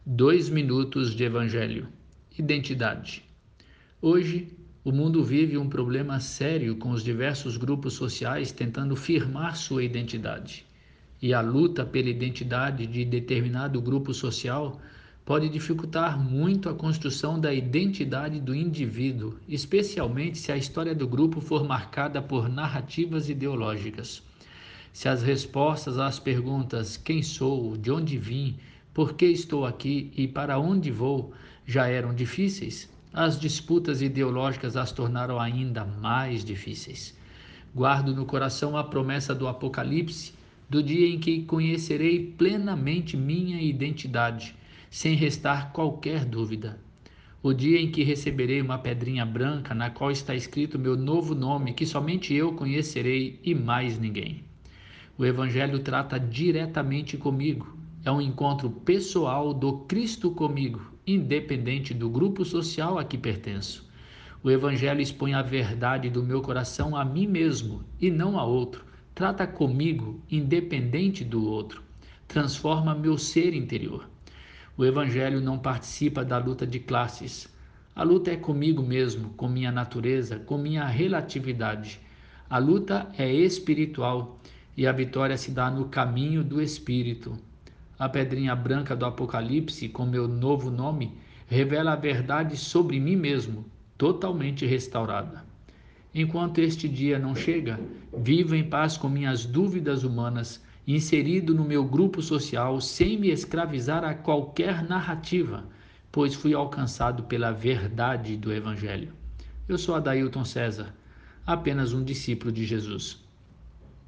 2 minutos de Evangelho. Identidade. Hoje, o mundo vive um problema sério com os diversos grupos sociais tentando firmar sua identidade. E a luta pela identidade de determinado grupo social pode dificultar muito a construção da identidade do indivíduo, especialmente se a história do grupo for marcada por narrativas ideológicas. Se as respostas às perguntas quem sou, de onde vim, por que estou aqui e para onde vou já eram difíceis, as disputas ideológicas as tornaram ainda mais difíceis. Guardo no coração a promessa do Apocalipse, do dia em que conhecerei plenamente minha identidade, sem restar qualquer dúvida. O dia em que receberei uma pedrinha branca na qual está escrito meu novo nome, que somente eu conhecerei e mais ninguém. O Evangelho trata diretamente comigo. É um encontro pessoal do Cristo comigo, independente do grupo social a que pertenço. O Evangelho expõe a verdade do meu coração a mim mesmo e não a outro. Trata comigo, independente do outro. Transforma meu ser interior. O Evangelho não participa da luta de classes. A luta é comigo mesmo, com minha natureza, com minha relatividade. A luta é espiritual e a vitória se dá no caminho do Espírito. A pedrinha branca do Apocalipse, com meu novo nome, revela a verdade sobre mim mesmo, totalmente restaurada. Enquanto este dia não chega, vivo em paz com minhas dúvidas humanas, inserido no meu grupo social sem me escravizar a qualquer narrativa, pois fui alcançado pela verdade do Evangelho. Eu sou Adailton César, apenas um discípulo de Jesus.